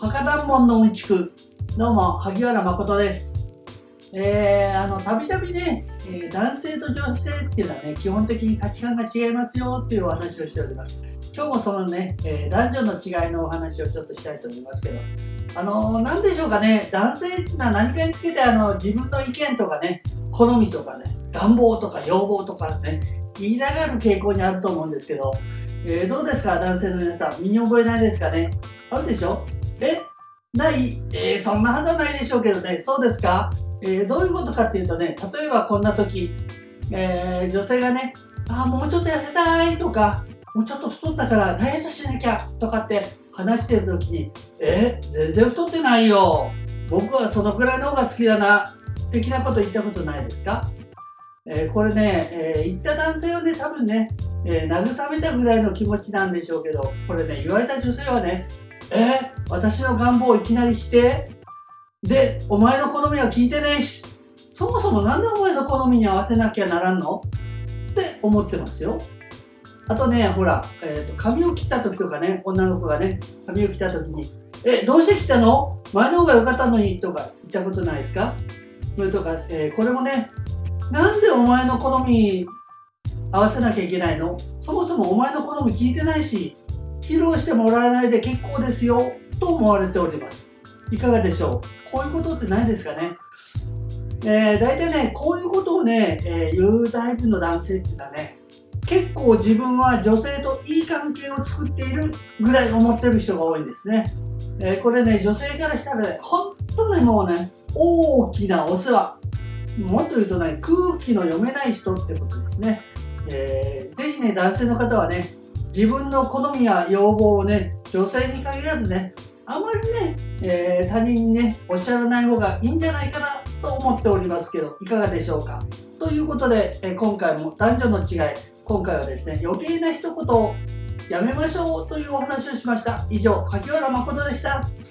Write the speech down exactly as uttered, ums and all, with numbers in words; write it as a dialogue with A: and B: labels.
A: 博多門のうんちく、どうも萩原誠です。えー、あのたびたびね、えー、男性と女性っていうのはね、基本的に価値観が違いますよっていうお話をしております。今日もそのね、えー、男女の違いのお話をちょっとしたいと思いますけど、あのー、なんでしょうかね、男性っていうのは何かにつけてあの自分の意見とかね、好みとかね、願望とか要望とかね、言いたがる傾向にあると思うんですけど、えー、どうですか男性の皆さん、身に覚えないですかね。あるでしょ。えない、えー、そんなはずはないでしょうけどね。そうですか。えー、どういうことかっていうとね、例えばこんな時、えー、女性がね、あーもうちょっと痩せたいとか、もうちょっと太ったからダイエットしなきゃとかって話してる時に、えー、全然太ってないよ、僕はそのくらいの方が好きだな的なこと言ったことないですか。えー、これね、えー、言った男性はね、多分ね、えー、慰めたぐらいの気持ちなんでしょうけど、これね、言われた女性はね、えー、私の願望をいきなり否定で、お前の好みは聞いてねえし、そもそもなんでお前の好みに合わせなきゃならんのって思ってますよ。あとね、ほら、えーと、髪を切った時とかね、女の子がね、髪を切った時に、え、どうして切ったの？前の方が良かったのにとか言ったことないですか？それとか、えー、これもね、なんでお前の好み合わせなきゃいけないの？そもそもお前の好み聞いてないし、披露してもらえないで結構ですよと思われております。いかがでしょう。こういうことってないですかね。えー、大体ね、こういうことをね、えー、言うタイプの男性っていうのはね、結構自分は女性といい関係を作っているぐらい思ってる人が多いんですね。えー、これね、女性からしたらね、本当にもうね、大きなお世話。もっと言うとね、空気の読めない人ってことですね。えー、ぜひね、男性の方はね、自分の好みや要望をね、女性に限らずね、あまりね、えー、他人にね、おっしゃらない方がいいんじゃないかなと思っておりますけど、いかがでしょうか。ということで、えー、今回も男女の違い、今回はですね、余計な一言をやめましょうというお話をしました。以上、萩原誠でした。